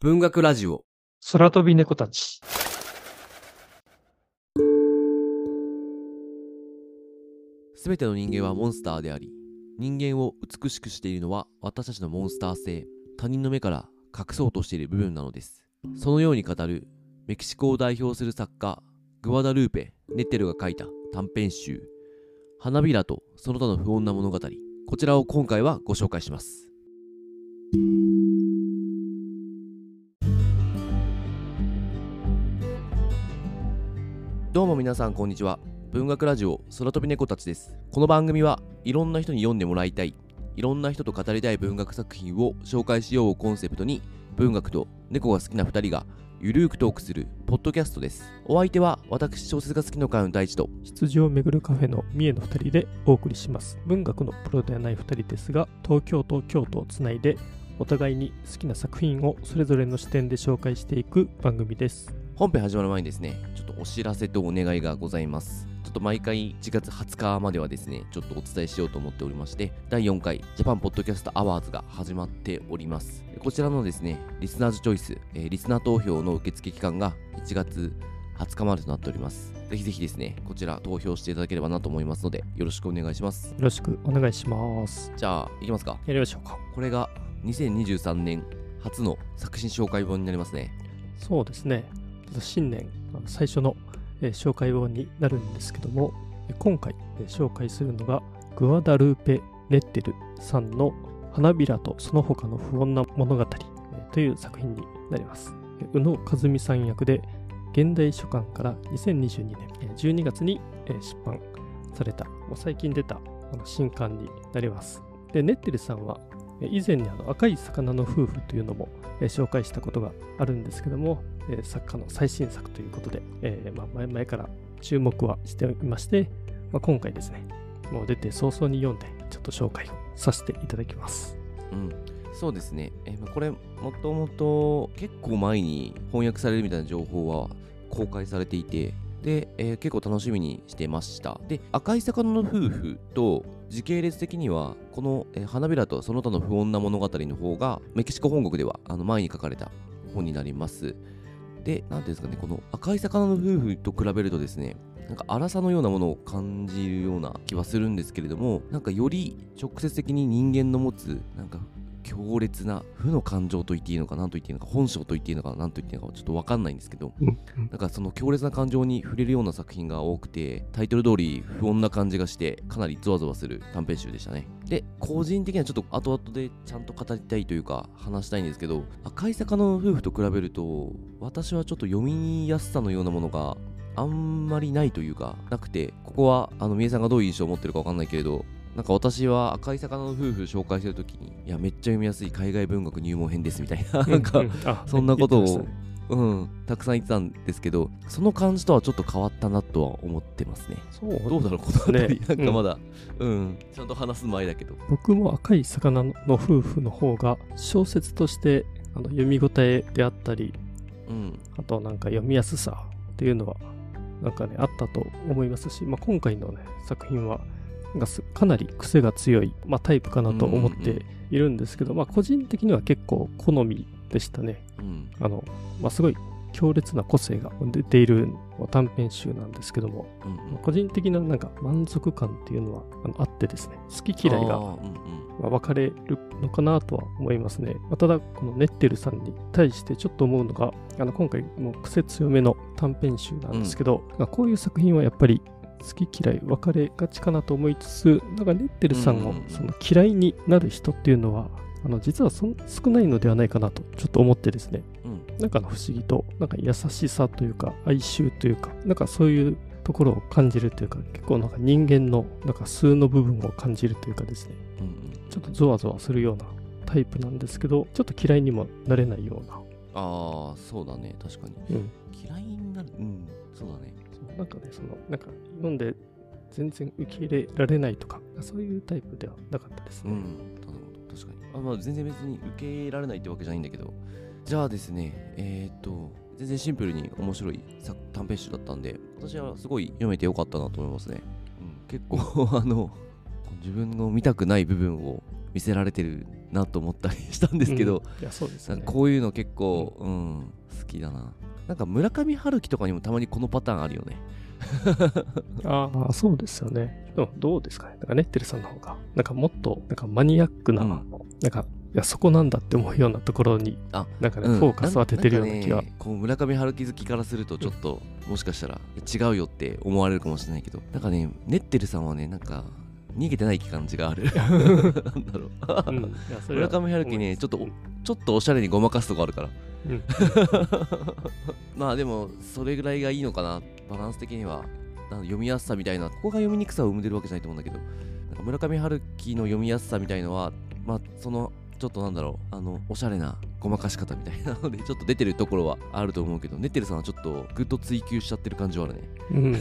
文学ラジオ空飛び猫たち。 すべての人間はモンスターであり、人間を美しくしているのは私たちのモンスター性、他人の目から隠そうとしている部分なのです。そのように語るメキシコを代表する作家グアダルーペ・ネッテルが書いた短編集花びらとその他の不穏な物語、こちらを今回はご紹介します。どうも皆さんこんにちは。文学ラジオ空飛び猫たちです。この番組はいろんな人に読んでもらいたい、いろんな人と語りたい文学作品を紹介しようをコンセプトに、文学と猫が好きな2人がゆるーくトークするポッドキャストです。お相手は私小説が好きの会の大地と羊をめぐるカフェの三重の2人でお送りします。文学のプロではない2人ですが、東京と京都をつないでお互いに好きな作品をそれぞれの視点で紹介していく番組です。 本編始まる前にですね、ちょっとお知らせとお願いがございます。ちょっと毎回1月20日まではですね、ちょっとお伝えしようと思っておりまして、第4回ジャパンポッドキャストアワーズが始まっております。こちらのですね、リスナーズチョイス、リスナー投票の受付期間が1月20日までとなっております。ぜひぜひですね、こちら投票していただければなと思いますので、よろしくお願いします。 よろしくお願いします。 じゃあ、いきますか。 やりましょうか。 これが2023年初の作品紹介本になりますね。 そうですね。新年最初の紹介本になるんですけども、今回紹介するのがグアダルーペ・ネッテルさんの花びらとその他の不穏な物語という作品になります。宇野和美さん役で現代書館から2022年12月に出版された、最近出た新刊になります。で、ネッテルさんは以前に赤い魚の夫婦というのも紹介したことがあるんですけども、作家の最新作ということで、前々から注目はしていまして、今回ですね、もう出て早々に読んでちょっと紹介をさせていただきます。 そうですね。これもともと結構前に翻訳されるみたいな情報は公開されていて、で、結構楽しみにしてました。で、赤い魚の夫婦と時系列的にはこの、花びらとその他の不穏な物語の方がメキシコ本国では前に書かれた本になります。で、なんていうんですかね、この赤い魚の夫婦と比べるとですね、なんか荒さのようなものを感じるような気はするんですけれども、なんかより直接的に人間の持つなんか強烈な負の感情と言っていいのか何と言っていいのか、本性と言っていいのか何と言っていいのかちょっと分かんないんですけど、なんかその強烈な感情に触れるような作品が多くて、タイトル通り不穏な感じがしてかなりゾワゾワする短編集でしたね。で、個人的にはちょっと後々でちゃんと語りたいというか話したいんですけど、赤い魚の夫婦と比べると私はちょっと読みやすさのようなものがあんまりないというかなくて、ここは三重さんがどういう印象を持ってるか分かんないけれど、なんか私は赤い魚の夫婦紹介してるときに、いやめっちゃ読みやすい海外文学入門編ですみたいななんかそんなことをたくさん言ってたんですけど、その感じとはちょっと変わったなとは思ってますね。どうだろうこの辺り、なんかまだちゃんと話す前だけど、 僕も赤い魚の夫婦の方が小説として読み応えであったり、あとなんか読みやすさっていうのはなんかねあったと思いますし、今回のね作品はかなり癖が強い、タイプかなと思っているんですけど、個人的には結構好みでしたね。すごい強烈な個性が出ている短編集なんですけども、個人的ななんか満足感っていうのはあってですね、好き嫌いが分かれるのかなとは思いますね。ただこのネッテルさんに対してちょっと思うのが、今回も癖強めの短編集なんですけど、こういう作品はやっぱり好き嫌い分かれがちかなと思いつつ、なんかネッテルさんをその嫌いになる人っていうのは実は少ないのではないかなとちょっと思ってですね、なんか不思議となんか優しさというか哀愁というか、なんかそういうところを感じるというか、結構なんか人間のなんか素の部分を感じるというかですね、ちょっとゾワゾワするようなタイプなんですけど、ちょっと嫌いにもなれないような。 そうだね、確かに、嫌いになる、そうだね。 なんかね、なんか読んで全然受け入れられないとか、そういうタイプではなかったですね。 確かに。全然別に受け入れられないってわけじゃないんだけど、じゃあですね、全然シンプルに面白い短編集だったんで、私はすごい読めてよかったなと思いますね。結構自分の見たくない部分を見せられてるなと思ったりしたんですけど、 いやそうですね、 こういうの結構、好きだな。なんか村上春樹とかにもたまにこのパターンあるよね。 ああ、そうですよね。でもどうですかね。なんかネッテルさんの方が、なんかもっとなんかマニアックな、なんか、いやそこなんだって思うようなところに、なんかね、フォーカスを当ててるような気が。 こう村上春樹好きからするとちょっと、もしかしたら違うよって思われるかもしれないけど、なんかね、ネッテルさんはね、なんか逃げてない感じがある。なんだろう。村上春樹ね、ちょっとおしゃれにごまかすとこあるから。まあでもそれぐらいがいいのかな、バランス的には。読みやすさみたいな、ここが読みにくさを生んでるわけじゃないと思うんだけど、なんか村上春樹の読みやすさみたいのは、まあそのちょっとなんだろう、おしゃれなごまかし方みたいなのでちょっと出てるところはあると思うけど、ネッテルさんはちょっとぐっと追求しちゃってる感じはあるね。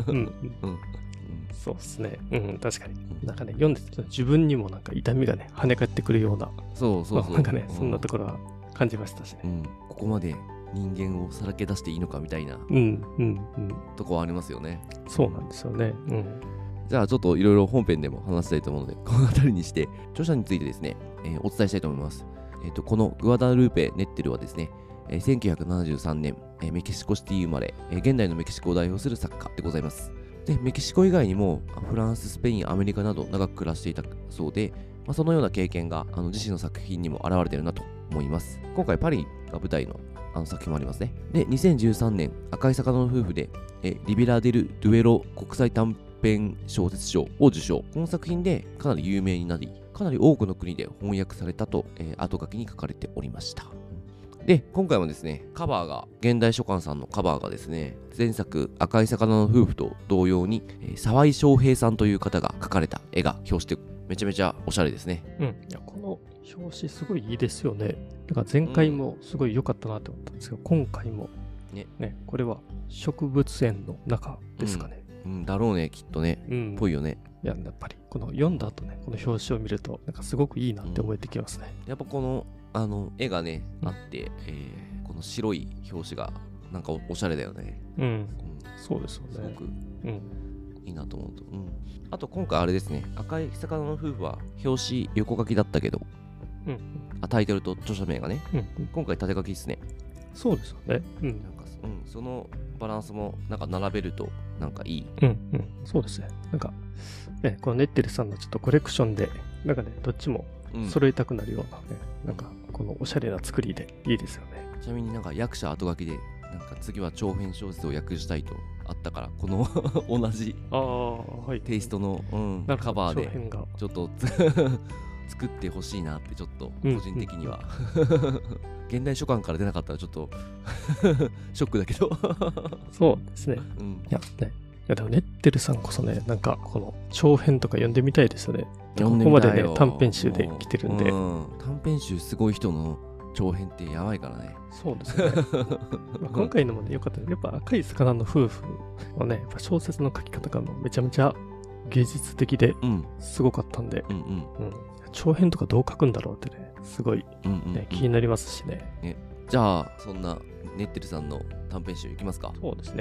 そうですね。確かに。なんかね、読んでて自分にもなんか痛みがね、跳ね返ってくるような。 そうなんかね、そんなところは感じましたしね。 ここまで人間をさらけ出していいのかみたいなとこはありますよね。 そうなんですよね。 じゃあちょっといろいろ本編でも話したいと思うので、この辺りにして著者についてですね、お伝えしたいと思います。このグアダルーペ・ネッテルはですね、1973年、メキシコシティ生まれ、現代のメキシコを代表する作家でございます。で、メキシコ以外にもフランス、スペイン、アメリカなど長く暮らしていたそうで、そのような経験が自身の作品にも現れているなと思います。今回パリが舞台の作品もありますね。で、2013年、赤い魚の夫婦でリベラ・デル・ドゥエロ国際短編小説賞を受賞。この作品でかなり有名になり、かなり多くの国で翻訳されたと、後書きに書かれておりました。で、今回もですね、カバーが、現代書館さんのカバーがですね、前作赤い魚の夫婦と同様に、沢井翔平さんという方が描かれた絵が表紙で、めちゃめちゃおしゃれですね。 いや、この表紙すごいいいですよね。だから前回もすごい良かったなって思ったんですけど、今回もね、これは植物園の中ですかね。 だろうね、きっとね。ぽいよね。 いや、やっぱりこの読んだ後ね、この表紙を見ると、なんかすごくいいなって思えてきますね。 やっぱこの絵がね、あって、この白い表紙がなんか おしゃれだよね。 そうですよね。 すごく、いいなと思うと。あと今回あれですね、赤い魚の夫婦は表紙横書きだったけど、タイトルと著者名がね、今回縦書きですね。 そうですよね。 なんかそのバランスもなんか並べるとなんかいい。 そうですね。なんか、このネッテルさんのちょっとコレクションで、なんかね、どっちも揃えたくなるようなね、なんかこのおしゃれな作りでいいですよね。 ちなみになんか役者後書きで、なんか次は長編小説を訳したいとあったから、この同じテイストの、カバーでちょっと作ってほしいなってちょっと個人的には現代書館から出なかったらちょっとショックだけどそうですね。いやでもネッテルさんこそね、なんかこの長編とか読んでみたいですよね。ここまでね短編集で来てるんで、 短編集すごい人の長編ってやばいからね。 そうですね。今回のもね良かったね。やっぱ赤い魚の夫婦はね、やっぱ小説の書き方がめちゃめちゃ芸術的ですごかったんで、長編とかどう書くんだろうってね、すごい、気になりますしね。 じゃあそんなネッテルさんの短編集いきますか。 そうですね。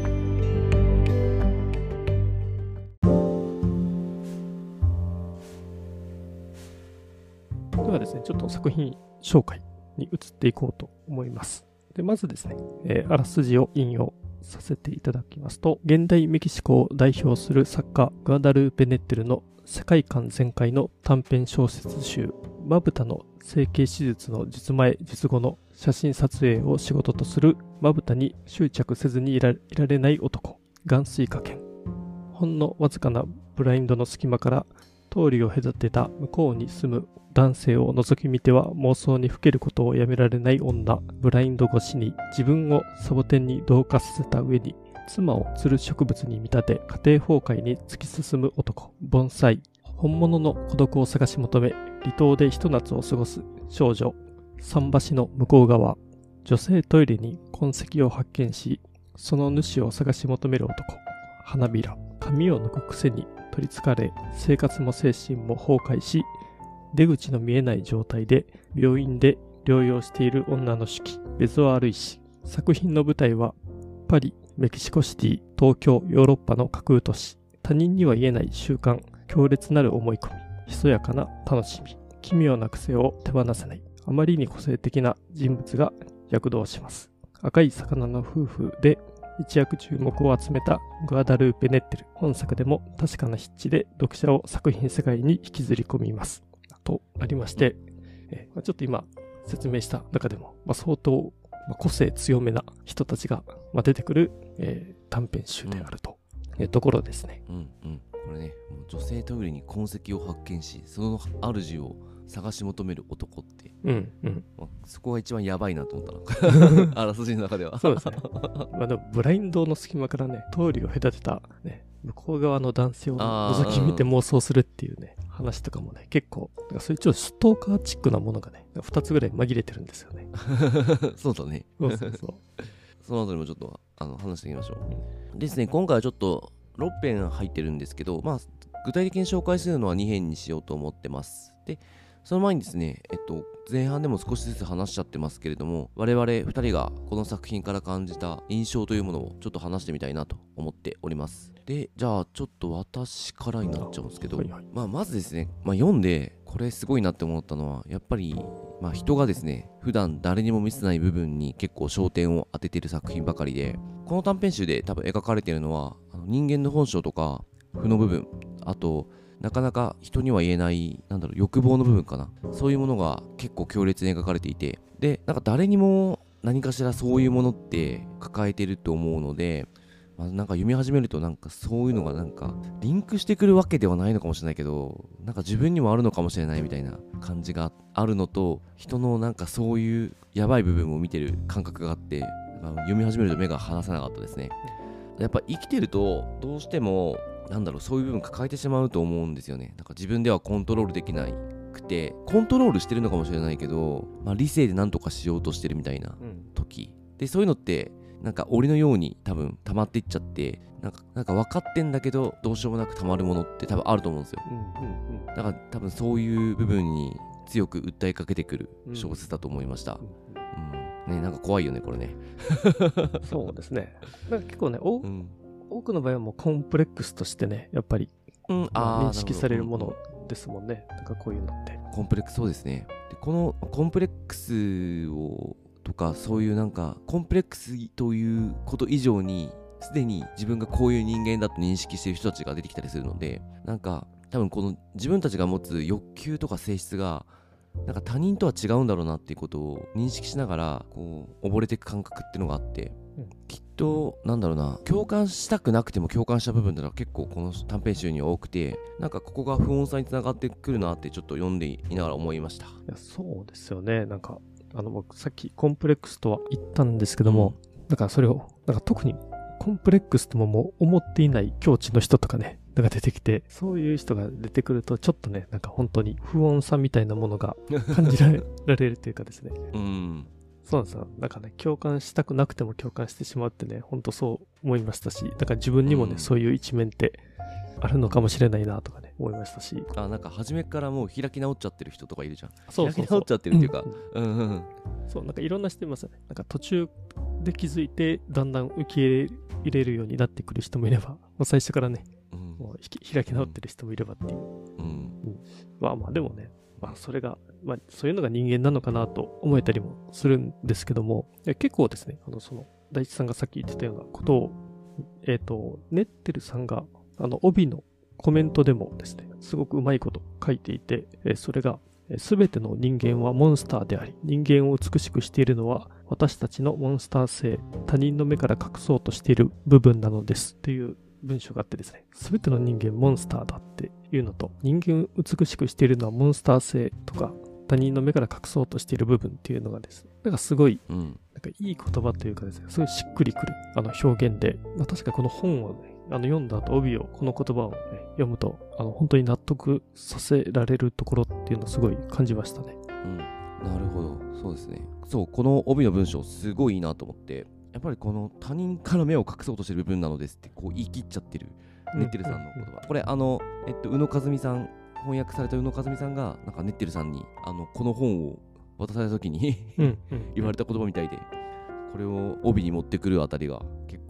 ではですね、ちょっと作品紹介に移っていこうと思います。でまずですね、あらすじを引用させていただきますと、現代メキシコを代表する作家グアダルーペ・ネッテルの世界観全開の短編小説集、まぶたの整形手術の術前術後の写真撮影を仕事とするまぶたに執着せずにいられない男、眼水花剣。ほんのわずかなブラインドの隙間から通りを隔てた向こうに住む男性を覗き見ては妄想にふけることをやめられない女、ブラインド越しに自分をサボテンに同化させた上に妻を吊る植物に見立て家庭崩壊に突き進む男、盆栽。本物の孤独を探し求め離島でひと夏を過ごす少女、桟橋の向こう側。女性トイレに痕跡を発見しその主を探し求める男、花びら。髪を抜く癖に取りつかれ生活も精神も崩壊し出口の見えない状態で病院で療養している女の手記、ベゾアール石。作品の舞台はパリ、メキシコシティ、東京、ヨーロッパの架空都市。他人には言えない習慣、強烈なる思い込み。 ひそやかな楽しみ、奇妙な癖を手放せない、あまりに個性的な人物が躍動します。赤い魚の夫婦で一躍注目を集めたグアダルーペ・ネッテル。本作でも確かな筆致で読者を作品世界に引きずり込みます。とありまして、ちょっと今説明した中でも、相当個性強めな人たちが出てくる、短編集であるというところですね。 これね、もう女性トイレに痕跡を発見し、その主を探し求める男って、そこが一番やばいなと思ったのあらすじの中では。 そうですね。でもブラインドの隙間からね、通りを隔てた、ね、向こう側の男性を覗き見て妄想するっていうね、話とかもね、結構そういうちょっとストーカーチックなものがね、2つぐらい紛れてるんですよね。 そうだね。 そうそのあたりもちょっと話していきましょう。ですね、今回はちょっと6編入ってるんですけど、具体的に紹介するのは2編にしようと思ってます。で、その前にですね、前半でも少しずつ話しちゃってますけれども、我々2人がこの作品から感じた印象というものをちょっと話してみたいなと思っております。で、じゃあちょっと私からになっちゃうんですけど、まずですね、読んでこれすごいなって思ったのは、やっぱり人がですね、普段誰にも見せない部分に結構焦点を当てている作品ばかりで、この短編集で多分描かれているのは人間の本性とか負の部分、あとなかなか人には言えない欲望の部分かな、そういうものが結構強烈に描かれていて、で誰にも何かしらそういうものって抱えてると思うので、読み始めるとそういうのがリンクしてくるわけではないのかもしれないけど、自分にもあるのかもしれないみたいな感じがあるのと、人のそういうやばい部分を見てる感覚があって、読み始めると目が離せなかったですね。やっぱ生きてるとどうしてもそういう部分抱えてしまうと思うんですよね。自分ではコントロールできなくて、コントロールしてるのかもしれないけど、理性で何とかしようとしてるみたいな時、でそういうのって檻のように多分溜まっていっちゃって、分かってんだけどどうしようもなく溜まるものって多分あると思うんですよ。だから多分そういう部分に強く訴えかけてくる小説だと思いました。怖いよねこれね。 そうですね。結構ね、多くの場合はもうコンプレックスとしてね、やっぱり、認識されるものですもんね。こういうのってコンプレックス、そうですね。でこのコンプレックスをとか、そういうコンプレックスということ以上にすでに自分がこういう人間だと認識している人たちが出てきたりするので、多分この自分たちが持つ欲求とか性質が他人とは違うんだろうなっていうことを認識しながら溺れていく感覚っていうのがあって、きっと共感したくなくても共感した部分ってのは結構この短編集には多くて、ここが不穏さにつながってくるなってちょっと読んでいながら思いました。いや、そうですよね。僕さっきコンプレックスとは言ったんですけども、それを特にコンプレックスとももう思っていない境地の人とかね、出てきて、そういう人が出てくるとちょっとね、本当に不穏さみたいなものが感じられるというかですね。そうなんですよ。共感したくなくても共感してしまうってね、本当そう思いましたし、自分にもね、そういう一面ってあるのかもしれないなとかね、思いましたし。 初めからもう開き直っちゃってる人とかいるじゃん。 そう開き直っちゃってるっていうか、 そう、いろんな人いますよね。途中で気づいて、だんだん受け入れるようになってくる人もいれば、最初からね、もう開き直ってる人もいればっていう。でもね、それが、そういうのが人間なのかなと思えたりもするんですけども、結構ですね、大地さんがさっき言ってたようなことを、ネッテルさんが、帯のコメントでもですね、すごくうまいこと書いていて、それが、すべての人間はモンスターであり、人間を美しくしているのは、私たちのモンスター性、他人の目から隠そうとしている部分なのですっていう文章があってですね、すべての人間モンスターだっていうのと、人間を美しくしているのはモンスター性とか、他人の目から隠そうとしている部分っていうのがですね、すごい、いい言葉というかですね、すごいしっくりくる表現で、確かこの本をね、読んだ後帯を、この言葉をね、読むと、本当に納得させられるところっていうのをすごい感じましたね。 なるほど、そうですね。そう、この帯の文章すごいいいなと思って、やっぱりこの他人から目を隠そうとしてる部分なのですって言い切っちゃってるネッテルさんの言葉。これ宇野和美さん、翻訳された宇野和美さんがネッテルさんにこの本を渡された時に言われた言葉みたいで、これを帯に持ってくるあたりが結構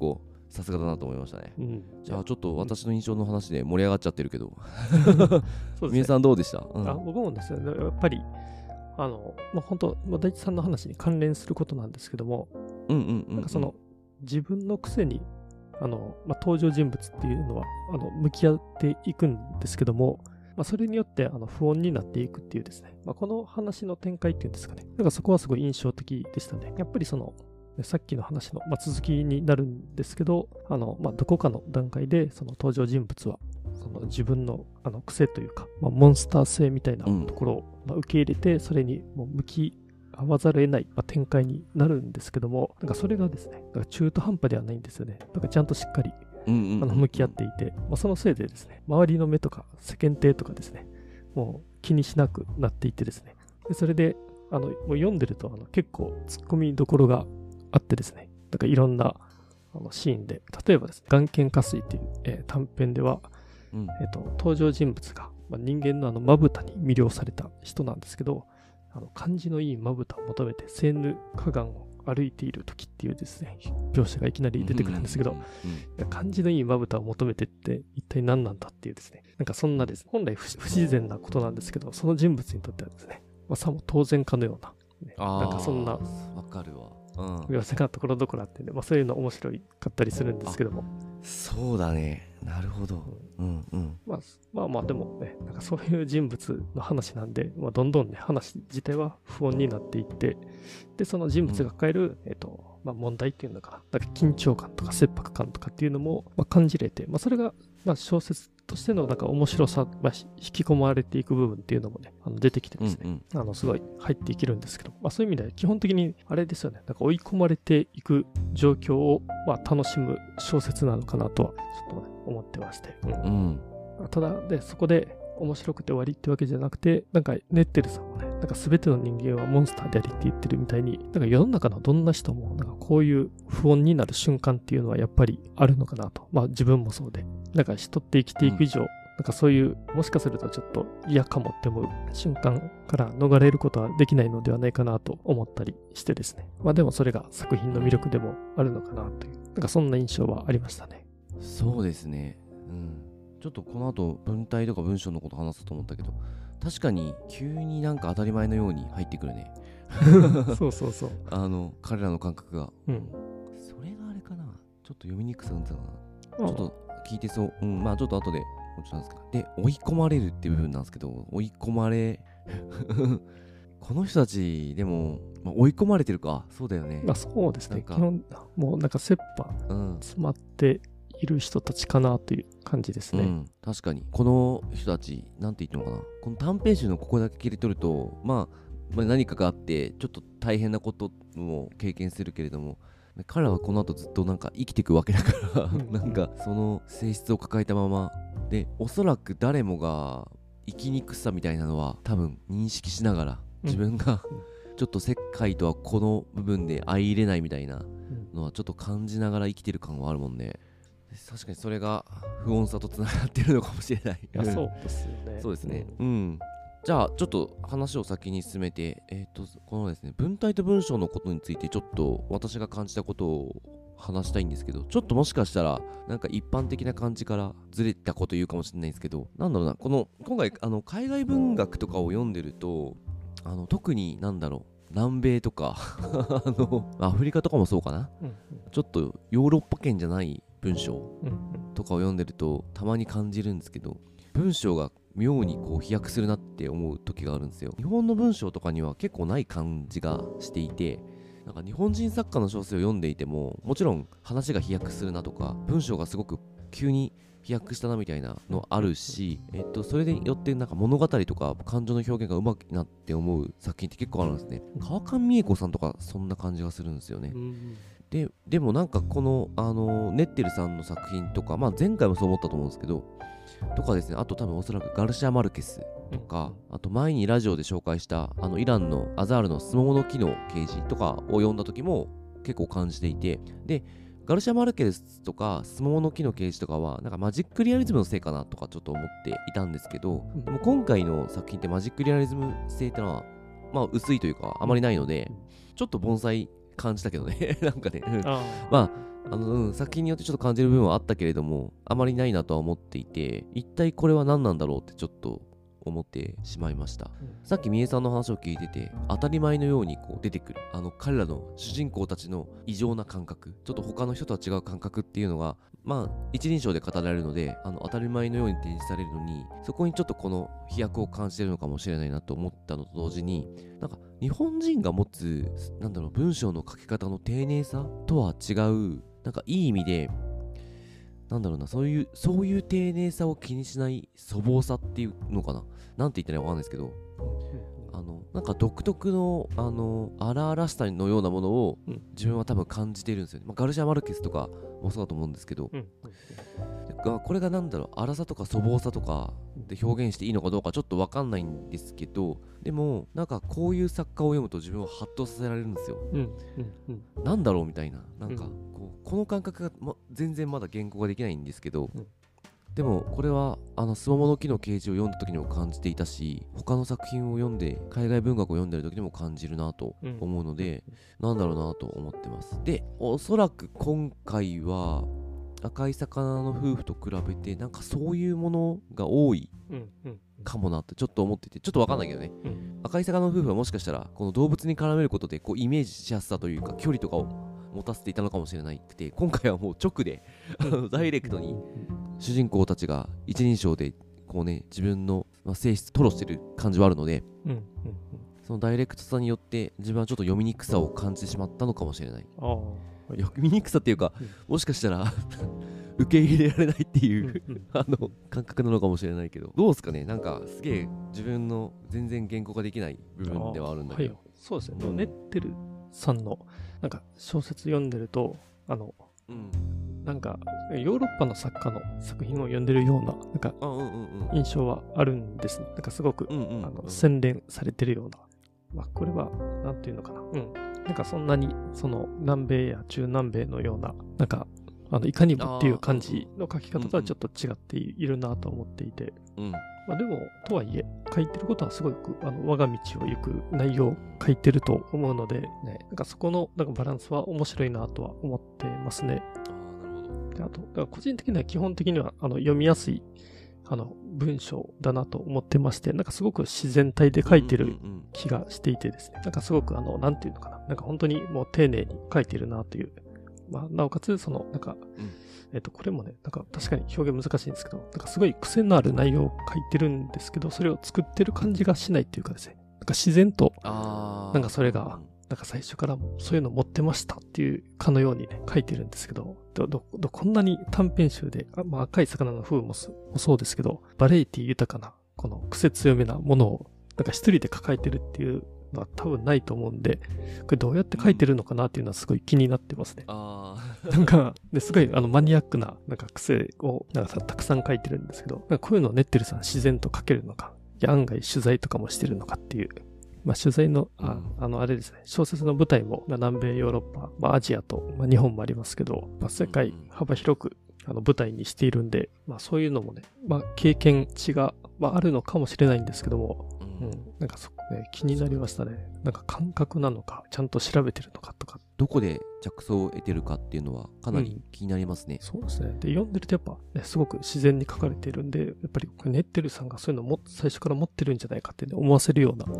さすがだなと思いましたね。 うん、 じゃあちょっと私の印象の話で盛り上がっちゃってるけどそうですね。 皆さんどうでした？ 僕もですね、やっぱり本当、大地さんの話に関連することなんですけども、なんかその自分の癖に登場人物っていうのは向き合っていくんですけども、それによって不穏になっていくっていうですね、この話の展開っていうんですかね、なんかそこはすごい印象的でしたね。やっぱりさっきの話の、続きになるんですけど、どこかの段階でその登場人物はその自分の癖というか、モンスター性みたいなところを受け入れて、それにもう向き合わざるを得ない展開になるんですけども、なんかそれがですね、なんか中途半端ではないんですよね。なんかちゃんとしっかり向き合っていて、そのせいでですね、周りの目とか世間体とかですね、もう気にしなくなっていってですね、でそれでもう読んでると結構突っ込みどころがあってですね、なんかいろんなシーンで、例えばですね、眼見下水っていう、短編では、登場人物が、人間のまぶたに魅了された人なんですけど、感じのいいまぶたを求めてセーヌ河岸を歩いている時っていうですね、描写がいきなり出てくるんですけど、感じのいいまぶたを求めてって一体何なんだっていうですね、なんかそんなですね、本来不自然なことなんですけど、その人物にとってはですね、さも当然かのような、なんかそんなわかるわ。 描写がところどころあってね、そういうの面白いかったりするんですけども。 そうだね。なるほど。 でもね、なんかそういう人物の話なんで、どんどんね、話自体は不穏になっていって、で、その人物が抱える、問題っていうのかな、なんか緊張感とか切迫感とかっていうのも、感じれて、それが、小説としてのなんか面白さ、引き込まれていく部分っていうのもね、出てきてですね、すごい入っていけるんですけど、そういう意味で基本的にあれですよね、なんか追い込まれていく状況を、楽しむ小説なのかなとはちょっと、ね、思ってまして、ただでそこで面白くて終わりってわけじゃなくて、なんかネッテルさんはね、なんか全ての人間はモンスターでありって言ってるみたいに、なんか世の中のどんな人もなんかこういう不穏になる瞬間っていうのはやっぱりあるのかなと。自分もそうで、なんか人って生きていく以上、なんかそういうもしかするとちょっと嫌かもって思う瞬間から逃れることはできないのではないかなと思ったりしてですね。でもそれが作品の魅力でもあるのかなという、なんかそんな印象はありましたね。 そうですね。ちょっとこの後文体とか文章のこと話そうと思ったけど、確かに急になんか当たり前のように入ってくるね。 そうそうそう。 彼らの感覚が。それがあれかな。ちょっと読みにくさなんだろうな。ちょっと聞いてそう。ちょっと後でもちろんですけど。で、追い込まれるっていう部分なんですけど、追い込まれこの人たちでも、追い込まれてるか。そうだよね。 そうですね。基本もうなんか切羽詰まっている人たちかなという感じですね。 確かにこの人たちなんて言ってるのかな、この短編集のここだけ切り取ると何かがあってちょっと大変なことも経験するけれども、彼らはこの後ずっとなんか生きていくわけだからなんかその性質を抱えたままで、おそらく誰もが生きにくさみたいなのは多分認識しながら、自分がちょっと世界とはこの部分で相入れないみたいなのはちょっと感じながら生きてる感はあるもんね。確かにそれが不穏さとつながってるのかもしれない。 そうですよね。 そうですね。じゃあちょっと話を先に進めて、このですね、文体と文章のことについてちょっと私が感じたことを話したいんですけど、ちょっともしかしたらなんか一般的な感じからずれたこと言うかもしれないんですけど、なんだろうな、今回海外文学とかを読んでると、特に南米とかアフリカとかもそうかな、ちょっとヨーロッパ圏じゃない文章とかを読んでるとたまに感じるんですけど、文章が妙に飛躍するなって思う時があるんですよ。日本の文章とかには結構ない感じがしていて、なんか日本人作家の小説を読んでいてももちろん話が飛躍するなとか、文章がすごく急に飛躍したなみたいなのあるし、それによってなんか物語とか感情の表現がうまくなって思う作品って結構あるんですね。川上美恵子さんとかそんな感じがするんですよね。でもなんかこのネッテルさんの作品とか、前回もそう思ったと思うんですけどとかですね、あと多分おそらくガルシア・マルケスとか、あと前にラジオで紹介したイランのアザールのスモモの木の刑事とかを読んだ時も結構感じていて、でガルシア・マルケスとかスモモの木の刑事とかはなんかマジックリアリズムのせいかなとかちょっと思っていたんですけど、でも今回の作品ってマジックリアリズム性ってのは薄いというかあまりないので、ちょっと盆栽感じたけどねなんかね、 あまあ作品によってちょっと感じる部分はあったけれども、あまりないなとは思っていて、一体これは何なんだろうってちょっと思ってしまいました。さっきみえさんの話を聞いてて、当たり前のようにこう出てくる彼らの主人公たちの異常な感覚、ちょっと他の人とは違う感覚っていうのがまあ一人称で語られるので、当たり前のように展示されるのに、そこにちょっとこの飛躍を感じてるのかもしれないなと思ったのと同時に、なんか日本人が持つ文章の書き方の丁寧さとは違う、なんかいい意味でそういう丁寧さを気にしない粗暴さっていうのかな、なんて言ったらいいかわかんないですけど、なんか独特の荒々しさのようなものを自分は多分感じているんですよね。ガルシア・マルケスとかもそうだと思うんですけど、これが荒さとか粗暴さとかで表現していいのかどうかちょっと分かんないんですけど、でもなんかこういう作家を読むと自分をハッとさせられるんですよ。なんだろうみたいな、なんかこの感覚が、全然まだ言語ができないんですけど、でもこれはスモモの木の啓示を読んだ時にも感じていたし、他の作品を読んで海外文学を読んでる時にも感じるなと思うので、なんだろうなと思ってます。で、おそらく今回は赤い魚の夫婦と比べてなんかそういうものが多いかもなってちょっと思ってて、ちょっとわかんないけどね、赤い魚の夫婦はもしかしたらこの動物に絡めることでこうイメージしやすさというか距離とかを持たせていたのかもしれないくて、今回はもう直でダイレクトに主人公たちが一人称でこうね自分の性質吐露してる感じはあるので、そのダイレクトさによって自分はちょっと読みにくさを感じてしまったのかもしれない。読みにくさっていうか、もしかしたら受け入れられないっていう感覚なのかもしれないけど、どうですかね。なんかすげえ自分の全然言語化できない部分ではあるんだけど、 そうですね、ネッテルさんのなんか小説読んでるとなんかヨーロッパの作家の作品を読んでるようななんか印象はあるんですね。なんかすごく洗練されてるような、これはなんていうのかな、なんかそんなにその南米や中南米のようななんかいかにもっていう感じの書き方とはちょっと違っているなと思っていて、でもとはいえ書いてることはすごく我が道を行く内容を書いてると思うので、なんかそこのなんかバランスは面白いなとは思ってますね。であとだから個人的には基本的には読みやすい文章だなと思ってまして、なんかすごく自然体で書いてる気がしていてですね、なんかすごくなんていうのかな、なんか本当にもう丁寧に書いてるなという、なおかつそのなんかこれもね、なんか確かに表現難しいんですけど、なんかすごい癖のある内容を書いてるんですけど、それを作ってる感じがしないっていうかですね、なんか自然となんかそれがなんか最初からそういうの持ってましたっていうかのようにね書いてるんですけど、こんなに短編集で赤い魚の風もそうですけど、バレエティ豊かなこの癖強めなものをなんか一人で抱えてるっていうのは多分ないと思うんで、これどうやって書いてるのかなっていうのはすごい気になってますね。なんかですごいマニアックななんか癖をなんかたくさん書いてるんですけど、なんかこういうのをネッテルさん自然と書けるのか、いや案外取材とかもしてるのかっていう。取材のあれですね、小説の舞台も南米ヨーロッパ、アジアと、日本もありますけど、世界幅広く舞台にしているんで、そういうのもね、経験値が、あるのかもしれないんですけども、なんかそこね気になりましたね。なんか感覚なのかちゃんと調べてるのかとか、 どこで着想を得てるかっていうのはかなり気になりますね。 そうですね。で読んでるとやっぱ、すごく自然に書かれているんで、やっぱりネッテルさんがそういうのを最初から持ってるんじゃないかって、思わせるような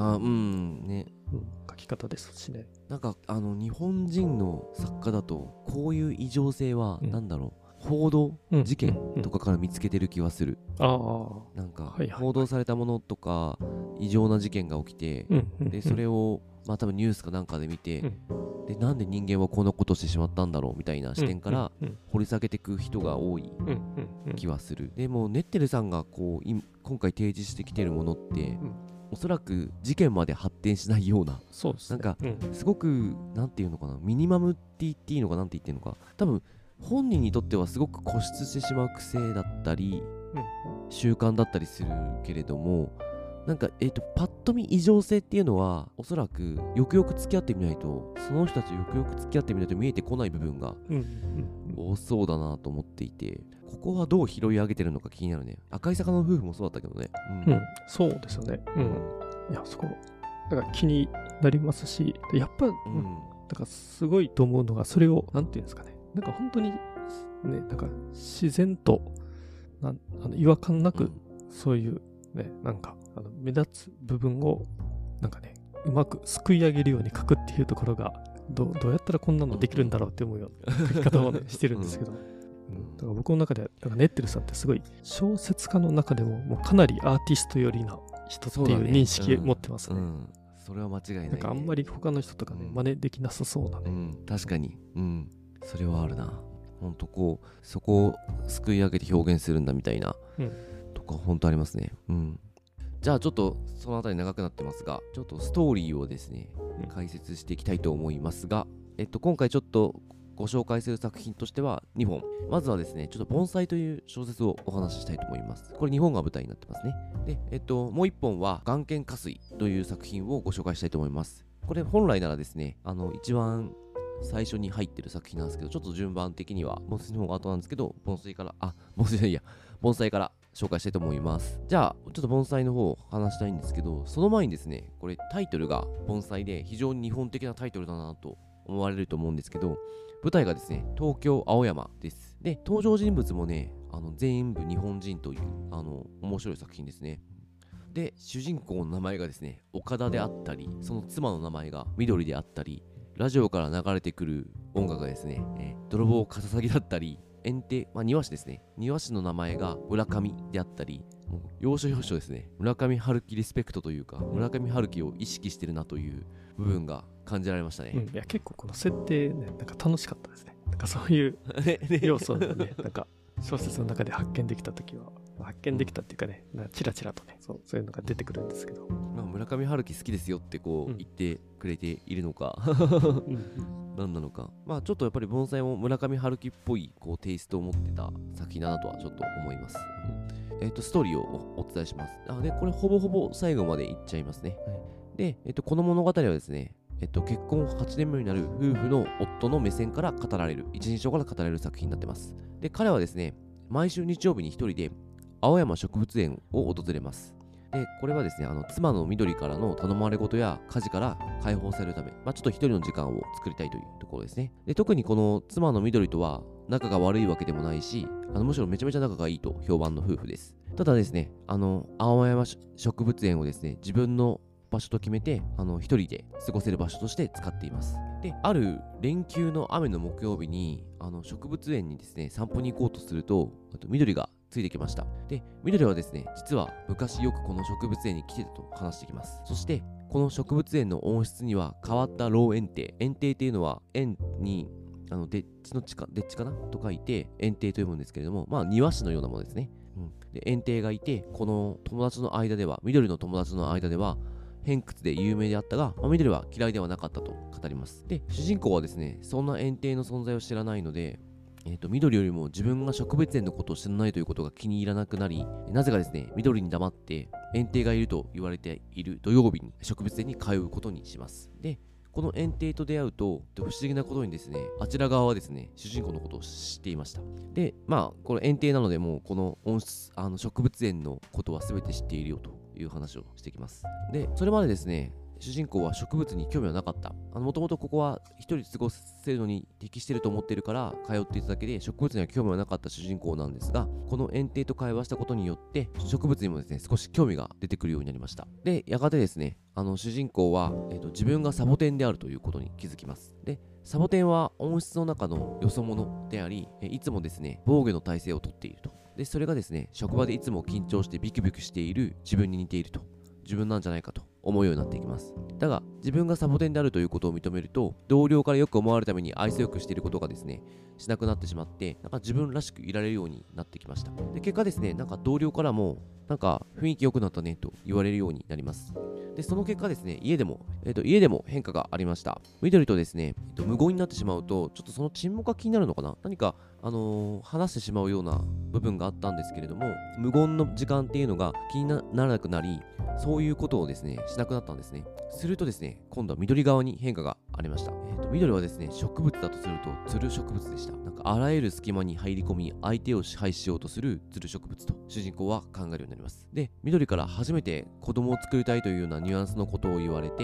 書き方ですしね。 なんか日本人の作家だとこういう異常性はなんだろう、報道事件とかから見つけてる気はする。なんか報道されたものとか異常な事件が起きて、でそれを多分ニュースかなんかで見て、でなんで人間はこんなことしてしまったんだろうみたいな視点から掘り下げていく人が多い気はする。でもネッテルさんがこう今回提示してきてるものって、おそらく事件まで発展しないような、なんかすごくなんていうのかな、ミニマムって言っていいのかなんて言ってるのか、多分本人にとってはすごく固執してしまう癖だったり、習慣だったりするけれども、なんかパッと見異常性っていうのはおそらくよくよく付き合ってみないと、その人たちよくよく付き合ってみないと見えてこない部分が多そうだなと思っていて、ここはどう拾い上げてるのか気になるね。赤い魚の夫婦もそうだったけどね。 そうですよね。いやそこだから気になりますし、やっぱ、 だからすごいと思うのが、それを、なんていうんですかね。なんか本当に、ね、なんか自然と、違和感なく、そういう、ね、なんか、目立つ部分を、なんかね、うまくすくい上げるように書くっていうところが、どうやったらこんなのできるんだろうって思うような書き方をね、してるんですけど。だから僕の中で、なんかネッテルさんってすごい、小説家の中でも、もうかなりアーティスト寄りな人っていう認識を持ってますね。 それは間違いないね。 なんかあんまり他の人とかね、真似できなさそうなね。 確かに。それはあるな。ほんとそこをすくい上げて表現するんだみたいな、とかほんとありますね。じゃあちょっとそのあたり長くなってますが、ちょっとストーリーをですね、解説していきたいと思いますが、今回ちょっとご紹介する作品としては2本。まずはですね、ちょっと盆栽という小説をお話ししたいと思います。これ日本が舞台になってますね。で、もう1本は眼見下水という作品をご紹介したいと思います。これ本来ならですね、一番最初に入ってる作品なんですけど、ちょっと順番的には盆栽の方が後なんですけど、盆栽から紹介したいと思います。じゃあ、ちょっと盆栽の方を話したいんですけど、その前にですね、これタイトルが盆栽で非常に日本的なタイトルだなと思われると思うんですけど、舞台がですね、東京青山です。で、登場人物もね、全部日本人という、面白い作品ですね。で、主人公の名前がですね、岡田であったり、その妻の名前が緑であったり、ラジオから流れてくる音楽がですね、泥棒カササギだったり、園庭、庭師ですね。庭師の名前が村上であったり、もう要所要所ですね。村上春樹リスペクトというか、村上春樹を意識してるなという部分が感じられましたね。 いや、結構この設定ね、なんか楽しかったですね。なんかそういう要素をね、なんか小説の中で発見できたときは、発見できたっていうかね、チラチラとね、そういうのが出てくるんですけど。 村上春樹好きですよってこう言ってくれているのか、何なのか。ちょっとやっぱり盆栽も村上春樹っぽいこうテイストを持ってた作品だなとはちょっと思います。ストーリーをお伝えします。で、これほぼほぼ最後までいっちゃいますね。で、この物語はですね、結婚8年目になる夫婦の夫の目線から語られる、一人称から語られる作品になってます。で、彼はですね、毎週日曜日に一人で青山植物園を訪れます。で、これはですね、妻の緑からの頼まれ事や家事から解放されるため、ちょっと一人の時間を作りたいというところですね。で、特にこの妻の緑とは仲が悪いわけでもないし、むしろめちゃめちゃ仲がいいと評判の夫婦です。ただですね、青山植物園をですね、自分の場所と決めて、一人で過ごせる場所として使っています。で、ある連休の雨の木曜日に、植物園にですね、散歩に行こうとすると、緑がついてきました。で、緑はですね、実は昔よくこの植物園に来てたと話してきます。そして、この植物園の温室には変わった老園庭。園庭っていうのは、園に、でっちかなと書いて、園庭と読むんですけれども、庭師のようなものですね。で、園庭がいて、この友達の間では、緑の友達の間では、偏屈で有名であったが、緑は嫌いではなかったと語ります。で、主人公はですね、そんな園庭の存在を知らないので、緑よりも自分が植物園のことを知らないということが気に入らなくなり、なぜかですね、緑に黙って園庭がいると言われている土曜日に植物園に通うことにします。で、この園庭と出会うと、不思議なことにですね、あちら側はですね、主人公のことを知っていました。で、この園庭なので、もうこの植物園のことは全て知っているよという話をしてきます。で、それまでですね、主人公は植物に興味はなかった。もともとここは一人過ごせるのに適していると思っているから通っていただけで、植物には興味はなかった主人公なんですが、この園庭と会話したことによって植物にもですね、少し興味が出てくるようになりました。で、やがてですね、主人公は、自分がサボテンであるということに気づきます。で、サボテンは温室の中のよそ者であり、いつもですね、防御の体勢をとっていると。で、それがですね、職場でいつも緊張してビクビクしている自分に似ていると。自分なんじゃないかと思うようになっていきます。だが、自分がサボテンであるということを認めると、同僚からよく思われるために愛想よくしていることがですね、しなくなってしまって、自分らしくいられるようになってきました。で、結果ですね、同僚からも、雰囲気良くなったねと言われるようになります。で、その結果ですね、家でも変化がありました。緑とですね、無言になってしまうと、ちょっとその沈黙が気になるのかな、何か、話してしまうような部分があったんですけれども、無言の時間っていうのが気にならなくなり、そういうことをですね、しなくなったんですね。するとですね、今度は緑側に変化がありました。緑はですね、植物だとすると、つる植物でした。あらゆる隙間に入り込み、相手を支配しようとするつる植物と、主人公は考えるようになります。で、緑から初めて子供を作りたいというようなニュアンスのことを言われて、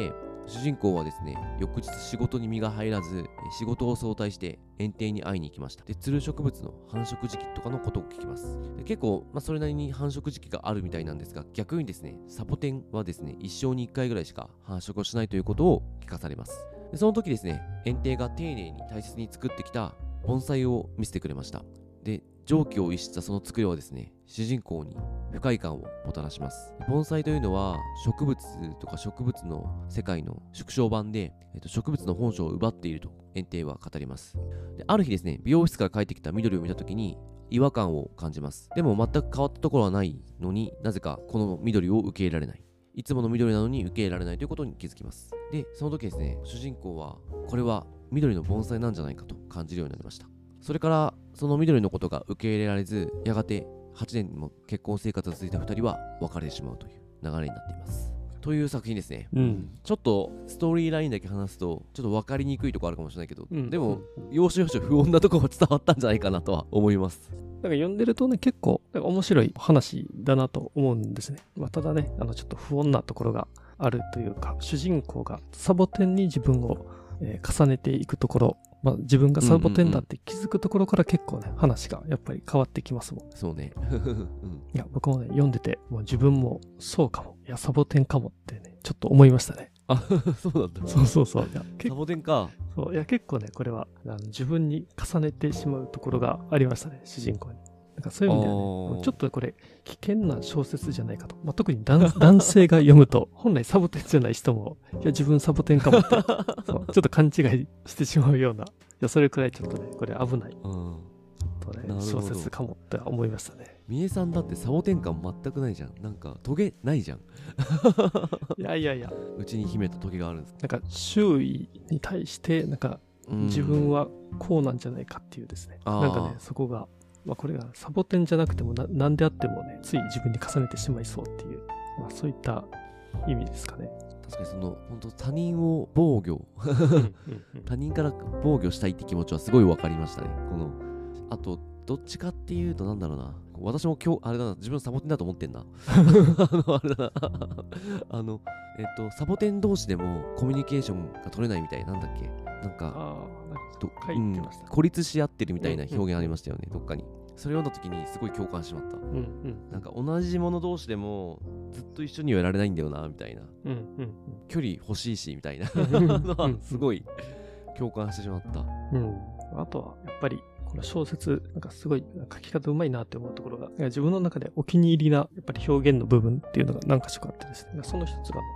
主人公はですね、翌日仕事に身が入らず、仕事を早退して園庭に会いに行きました。で、つる植物の繁殖時期とかのことを聞きます。で、結構、それなりに繁殖時期があるみたいなんですが、逆にですね、サボテンはですね、一生に1回ぐらいしか繁殖をしないということを聞かされます。で、その時ですね、園庭が丁寧に大切に作ってきた盆栽を見せてくれました。で、常軌を逸したその作りはですね、主人公に不快感をもたらします。盆栽というのは植物とか植物の世界の縮小版で、植物の本性を奪っていると園庭は語ります。で、ある日ですね、美容室から帰ってきた緑を見たときに違和感を感じます。でも全く変わったところはないのになぜかこの緑を受け入れられない。いつもの緑なのに受け入れられないということに気づきます。で、その時ですね、主人公はこれは緑の盆栽なんじゃないかと感じるようになりました。それからその緑のことが受け入れられず、やがて8年も結婚生活が続いた2人は別れてしまうという流れになっています。という作品ですね。ちょっとストーリーラインだけ話すとちょっと分かりにくいところあるかもしれないけど、でも要所要所不穏なところが伝わったんじゃないかなとは思います。 なんか読んでるとね、結構面白い話だなと思うんですね。ただね、ちょっと不穏なところがあるというか、主人公がサボテンに自分を重ねていくところ、自分がサボテンだって気づくところから結構ね、話がやっぱり変わってきますもん。 そうね。 いや、僕もね、読んでて、もう自分もそうかも。いや、サボテンかもってね、ちょっと思いましたね。 あ、そうなんだ。 そう。いやサボテンか。 そう、いや、結構ね、これは自分に重ねてしまうところがありましたね、主人公に。なんかそういう意味ではね、ちょっとこれ危険な小説じゃないかと。特に男性が読むと、本来サボテンじゃない人も、いや、自分サボテンかもってそう、ちょっと勘違いしてしまうような、いや、それくらいちょっとね、これ危ない。ちょっとね、小説かもって思いましたね。 みえさんだってサボテン感全くないじゃん。なんかトゲないじゃん。 いや。 うちに秘めたトゲがあるんです。 なんか周囲に対して、なんか自分はこうなんじゃないかっていうですね。なんかね、そこが、これがサボテンじゃなくても何であってもね、つい自分に重ねてしまいそうっていう、そういった意味ですかね。 確かに本当他人を防御他人から防御したいって気持ちはすごい分かりましたね。あとどっちかっていうとなんだろうな、私も今日あれだな、自分サボテンだと思ってんなあれだなサボテン同士でもコミュニケーションが取れないみたいなんだっけ、なんか書いてました、 孤立し合ってるみたいな表現ありましたよね、どっかに。それを読んだ時にすごい共感しまった。なんか同じ者同士でもずっと一緒にはいられないんだよなみたいな、距離欲しいしみたいなのはすごい共感してしまった。 あとはやっぱりこの小説なんかすごい書き方うまいなって思うところが、自分の中でお気に入りなやっぱり表現の部分っていうのが何か所かあってですね、その一つが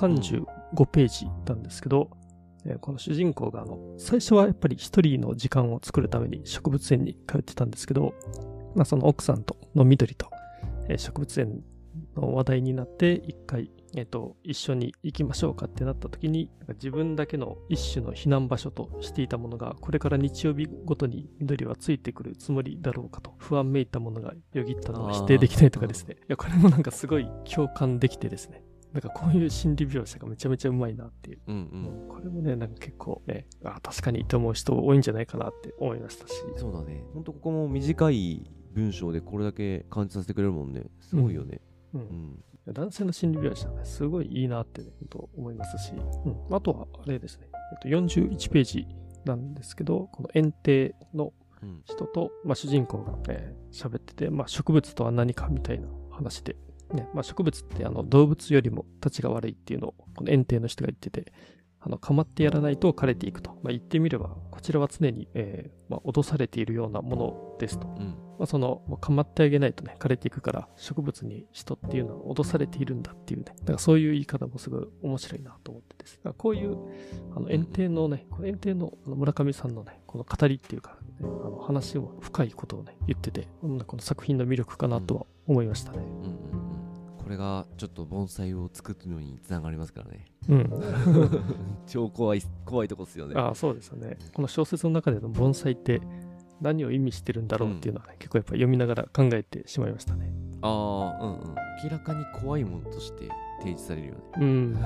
35ページなんですけど、この主人公が最初はやっぱり一人の時間を作るために植物園に通ってたんですけど、その奥さんとの緑と、植物園の話題になって一回、一緒に行きましょうかってなった時に、自分だけの一種の避難場所としていたものが、これから日曜日ごとに緑はついてくるつもりだろうかと不安めいたものがよぎったのを否定できないとかですね。いや、これもなんかすごい共感できてですね。なんかこういう心理描写がめちゃめちゃうまいなっていう。これもね、なんか結構ね、確かにって思う人多いんじゃないかなって思いましたし。 そうだね。ほんとここも短い文章でこれだけ感じさせてくれるもんね。すごいよね。 男性の心理描写はね、すごいいいなってね、と思いますし。あとはあれですね、41ページなんですけど、この園庭の人と、主人公が喋ってて、植物とは何かみたいな話で、植物って動物よりも立ちが悪いっていうのをこの園庭の人が言ってて、構ってやらないと枯れていくと。言ってみれば、こちらは常に、脅されているようなものですと。構ってあげないとね、枯れていくから、植物に人っていうのは脅されているんだっていうね。だからそういう言い方もすごい面白いなと思ってです。だからこういう、園庭のね、この園庭の村上さんのね、この語りっていうか、ね、話も深いことをね、言ってて、この作品の魅力かなとは思いましたね。 これがちょっと盆栽を作るのにつながりますからね。超怖いとこっすよね。 そうですよね。この小説の中での盆栽って何を意味してるんだろうっていうのはね、結構やっぱ読みながら考えてしまいましたね。 明らかに怖いものとして提示されるよね。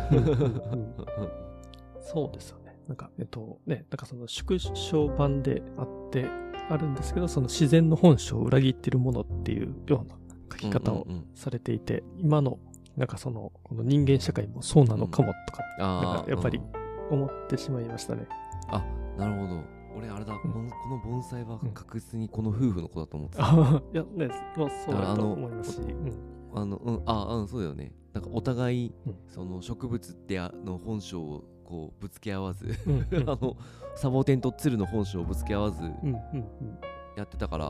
そうですよね。なんかなんかその縮小版であるんですけど、その自然の本性を裏切っているものっていうような書き方をされていて、今のなんかこの人間社会もそうなのかもとか、なんああ、 かやっぱり思ってしまいましたね。 あ、なるほど。俺あれだ、この盆栽は確実にこの夫婦の子だと思ってた。 いやね、まあそうだと思いますし、 そうだよね。なんかお互い、その植物っての本性をこうぶつけ合わずサボテンと鶴の本性をぶつけ合わずやってたから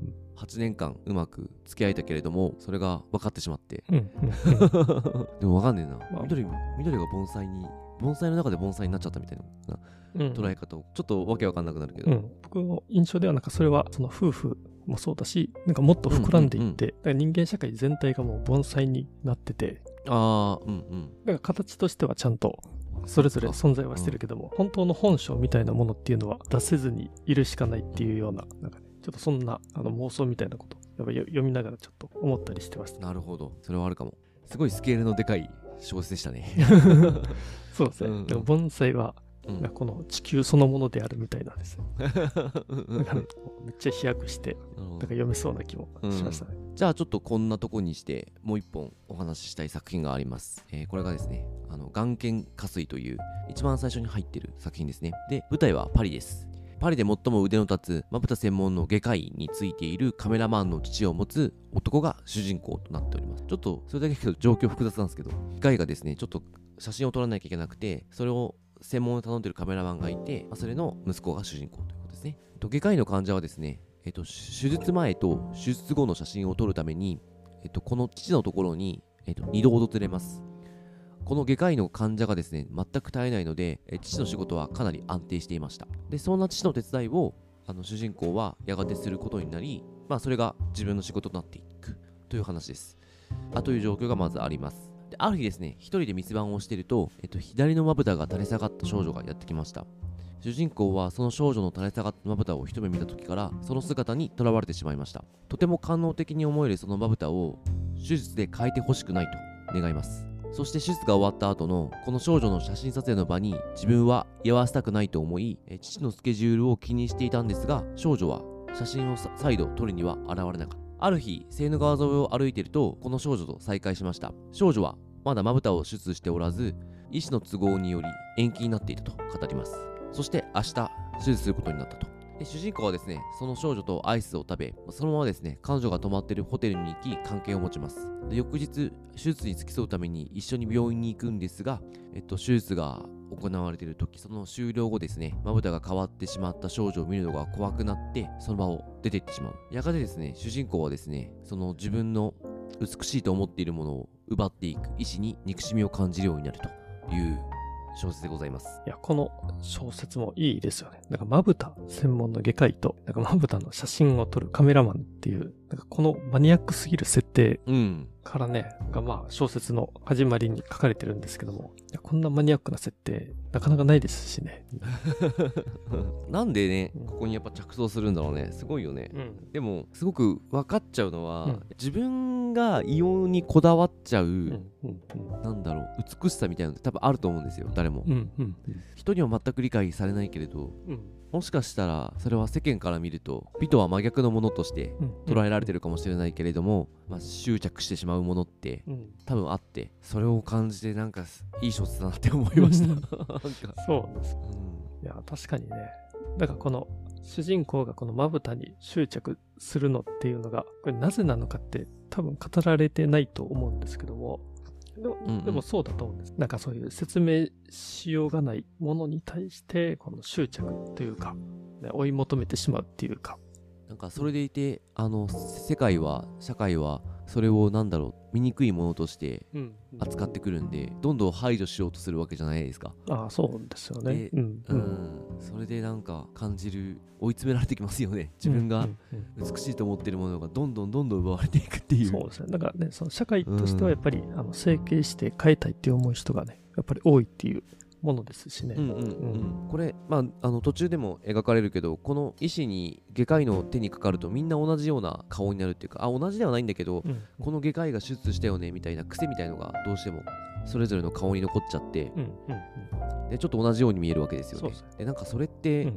、8年間うまく付き合えたけれども、それが分かってしまって、でも分かんねえな、緑が盆栽の中で盆栽になっちゃったみたいな捉え方を、ちょっとわけわかんなくなるけど、 僕の印象ではなんかそれはその夫婦もそうだし、なんかもっと膨らんでいって、だから人間社会全体がもう盆栽になってて、だから形としてはちゃんとそれぞれ存在はしてるけども、本当の本性みたいなものっていうのは出せずにいるしかないっていうような、なんかね、ちょっとそんな妄想みたいなことやっぱ読みながらちょっと思ったりしてました。 なるほど、それはあるかも。すごいスケールのでかい小説でしたね。 そうですね。だから盆栽はこの地球そのものであるみたいなんですよ。だからめっちゃ飛躍してなんか読めそうな気もしましたね。 じゃあちょっとこんなとこにしてもう一本お話ししたい作品があります。これがですね、眼見下水という一番最初に入ってる作品ですね。で、舞台はパリです。パリで最も腕の立つまぶた専門の外科医についているカメラマンの父を持つ男が主人公となっております。ちょっとそれだけ聞くと状況複雑なんですけど、外科医がですね、ちょっと写真を撮らなきゃいけなくて、それを専門を頼んでるカメラマンがいて、それの息子が主人公ということですね。外科医の患者はですね、手術前と手術後の写真を撮るために、この父のところに、2度訪れます。この外科医の患者がですね、全く絶えないので、父の仕事はかなり安定していました。で、そんな父の手伝いを主人公はやがてすることになり、それが自分の仕事となっていくという話です。という状況がまずあります。で、ある日ですね、一人で店番をしていると、左のまぶたが垂れ下がった少女がやってきました。主人公はその少女の垂れ下がったまぶたを一目見た時からその姿にとらわれてしまいました。とても官能的に思えるそのまぶたを手術で変えてほしくないと願います。そして手術が終わった後のこの少女の写真撮影の場に自分は居合わせたくないと思い、父のスケジュールを気にしていたんですが、少女は写真を再度撮るには現れなかった。ある日、セーヌ川沿いを歩いているとこの少女と再会しました。少女はまだまぶたを手術しておらず、医師の都合により延期になっていたと語ります。そして明日手術することになったと。で、主人公はですね、その少女とアイスを食べ、そのままですね、彼女が泊まっているホテルに行き関係を持ちます。で、翌日手術に付き添うために一緒に病院に行くんですが、手術が行われている時、その終了後ですね、まぶたが変わってしまった少女を見るのが怖くなってその場を出て行ってしまう。やがてですね、主人公はですね、その自分の美しいと思っているものを奪っていく意志に憎しみを感じるようになるという小説でございます。 いや、この小説もいいですよね。なんかまぶた専門の外科医と、なんかまぶたの写真を撮るカメラマンっていう、なんかこのマニアックすぎる設定からね、が小説の始まりに書かれてるんですけども、いや、こんなマニアックな設定なかなかないですしね。 なんでね、ここにやっぱ着想するんだろうね。すごいよね。でもすごく分かっちゃうのは、自分が異様にこだわっちゃう、なんだろう、美しさみたいなのって多分あると思うんですよ、誰も。人には全く理解されないけれど、もしかしたらそれは世間から見ると美とは真逆のものとして捉えられてるかもしれないけれども、執着してしまうものって多分あって、それを感じてなんかいい小説だなって思いました。なんかそうです、いや確かにね。だからこの主人公がこのまぶたに執着するのっていうのがこれなぜなのかって多分語られてないと思うんですけども、でもそうだと思うんです。なんかそういう説明しようがないものに対してこの執着というか、追い求めてしまうっていうか、 なんかそれでいて社会はそれを醜いものとして扱ってくるんで、どんどん排除しようとするわけじゃないですか。 そうですよね。 それでなんか感じる、追い詰められてきますよね。自分が美しいと思っているものがどんどん奪われていくっていう。 そうですね。だからね、その社会としてはやっぱり整形して変えたいって思う人がね、やっぱり多いっていうものですしね。 これ途中でも描かれるけど、この医師に外科医の手にかかるとみんな同じような顔になるっていうか、同じではないんだけど、この外科医が手術したよねみたいな癖みたいのがどうしてもそれぞれの顔に残っちゃって、でちょっと同じように見えるわけですよね。でなんかそれって、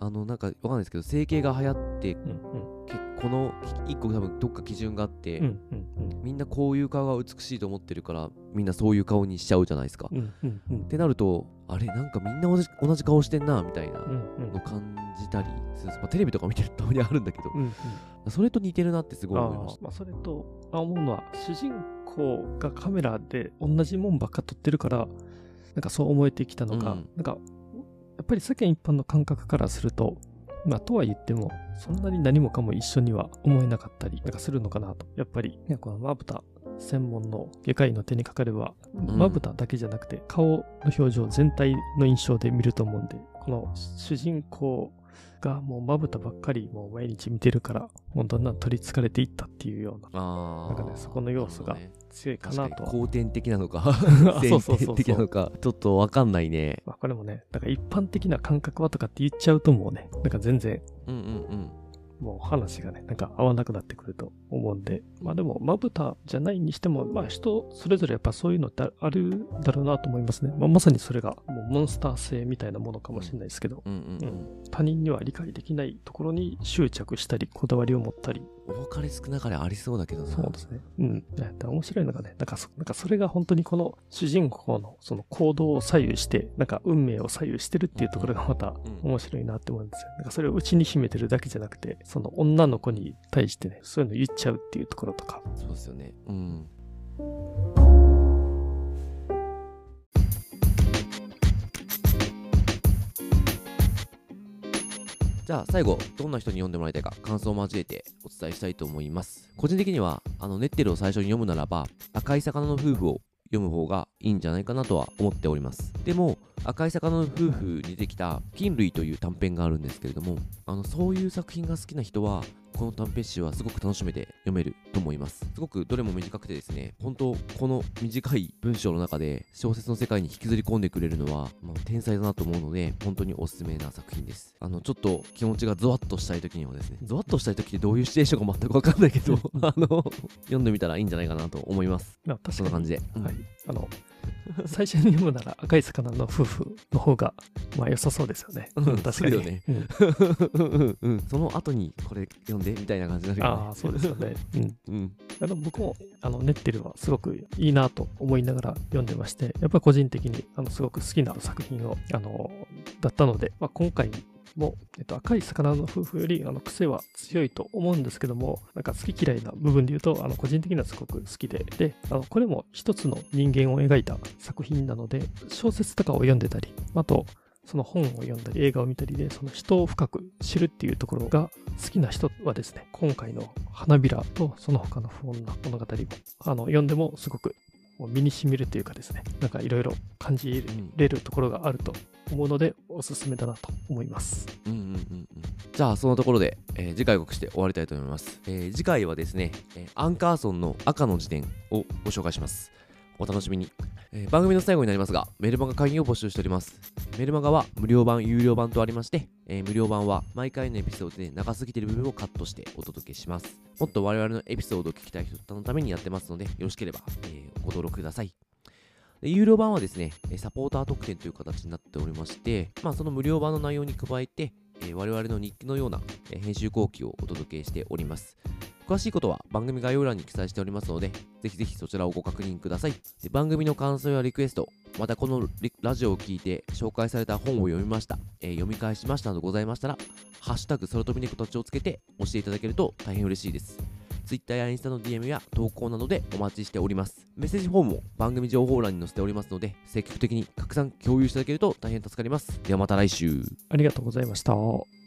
なんかわかんないですけど、整形が流行って、 うんうんこの一個多分どっか基準があって、 うんうんうん、 みんなこういう顔が美しいと思ってるから、みんなそういう顔にしちゃうじゃないですか。 うんうんうん、 ってなると、あれなんかみんな同じ顔してんなみたいなの感じたりする、テレビとか見てるとたまにあるんだけど、 うんうん、 それと似てるなってすごい思いました。 それと思うのは、主人公がカメラで同じもんばっか撮ってるから、なんかそう思えてきたのか、なんかやっぱり世間一般の感覚からすると、とは言っても、そんなに何もかも一緒には思えなかったりなんかするのかなと。やっぱり、このまぶた専門の外科医の手にかかれば、まぶただけじゃなくて、顔の表情全体の印象で見ると思うんで、この主人公がもうまぶたばっかりもう毎日見てるから、もうだんだん取りつかれていったっていうような、なんかね、そこの要素が強いかなとは。 後天的なのか先天的なのかちょっとわかんないね。 これもね、だから一般的な感覚はとかって言っちゃうともうね、なんか全然もう話がね、なんか合わなくなってくると思うんで、でもまぶたじゃないにしても、人それぞれやっぱそういうのってあるだろうなと思いますね。まさにそれがもうモンスター性みたいなものかもしれないですけど、他人には理解できないところに執着したり、こだわりを持ったり。 多かれ少なかれありそうだけどな。 そうですね。面白いのがね、なんかそれが本当にこの主人公のその行動を左右して、なんか運命を左右してるっていうところがまた面白いなって思うんですよ。なんかそれを内に秘めてるだけじゃなくて、その女の子に対してね、そういうの言っちゃうっていうところとか。 そうですよね。じゃあ最後、どんな人に読んでもらいたいか感想を交えてお伝えしたいと思います。個人的にはネッテルを最初に読むならば、赤い魚の夫婦を読む方がいいんじゃないかなとは思っております。でも赤い魚の夫婦に出てきた菌類という短編があるんですけれども、そういう作品が好きな人はこの短編集はすごく楽しめて読めると思います。すごくどれも短くてですね、本当この短い文章の中で小説の世界に引きずり込んでくれるのは、天才だなと思うので、本当におすすめな作品です。ちょっと気持ちがゾワッとしたい時にはですね、ゾワッとしたい時ってどういうシチュエーションか全く分かんないけど読んでみたらいいんじゃないかなと思います。 確かにそんな感じで、 はい、最初に読むなら赤い魚の夫婦の方が良さそうですよね。確かにね。その後にこれ読んでみたいな感じになるよね。 そうですよね。僕もネッテルはすごくいいなと思いながら読んでまして、やっぱり個人的にすごく好きな作品をだったので、今回も、赤い魚の夫婦より癖は強いと思うんですけども、なんか好き嫌いな部分で言うと個人的にはすごく好きで、これも一つの人間を描いた作品なので、小説とかを読んでたり、あとその本を読んだり映画を見たりで、その人を深く知るっていうところが好きな人はですね、今回の花びらとその他の不穏な物語も読んでもすごく身に染みるというかですね、なんかいろいろ感じれるところがあると思うので、おすすめだなと思います。 じゃあそのところで、次回予告して終わりたいと思います。次回はですね、アンカーソンの赤の辞典をご紹介します。お楽しみに。番組の最後になりますが、メルマガ会員を募集しております。メルマガは無料版、有料版とありまして、無料版は毎回のエピソードで長すぎている部分をカットしてお届けします。もっと我々のエピソードを聞きたい人のためにやってますので、よろしければ、ご登録ください。有料版はですね、サポーター特典という形になっておりまして、その無料版の内容に加えて、我々の日記のような編集後期をお届けしております。詳しいことは番組概要欄に記載しておりますので、ぜひぜひそちらをご確認ください。番組の感想やリクエスト、またこのラジオを聞いて紹介された本を読みました、読み返しましたなどございましたら、ハッシュタグ空飛び猫たちをつけて教えていただけると大変嬉しいです。Twitter やインスタの DM や投稿などでお待ちしております。メッセージフォームも番組情報欄に載せておりますので、積極的に拡散共有していただけると大変助かります。ではまた来週。 ありがとうございました。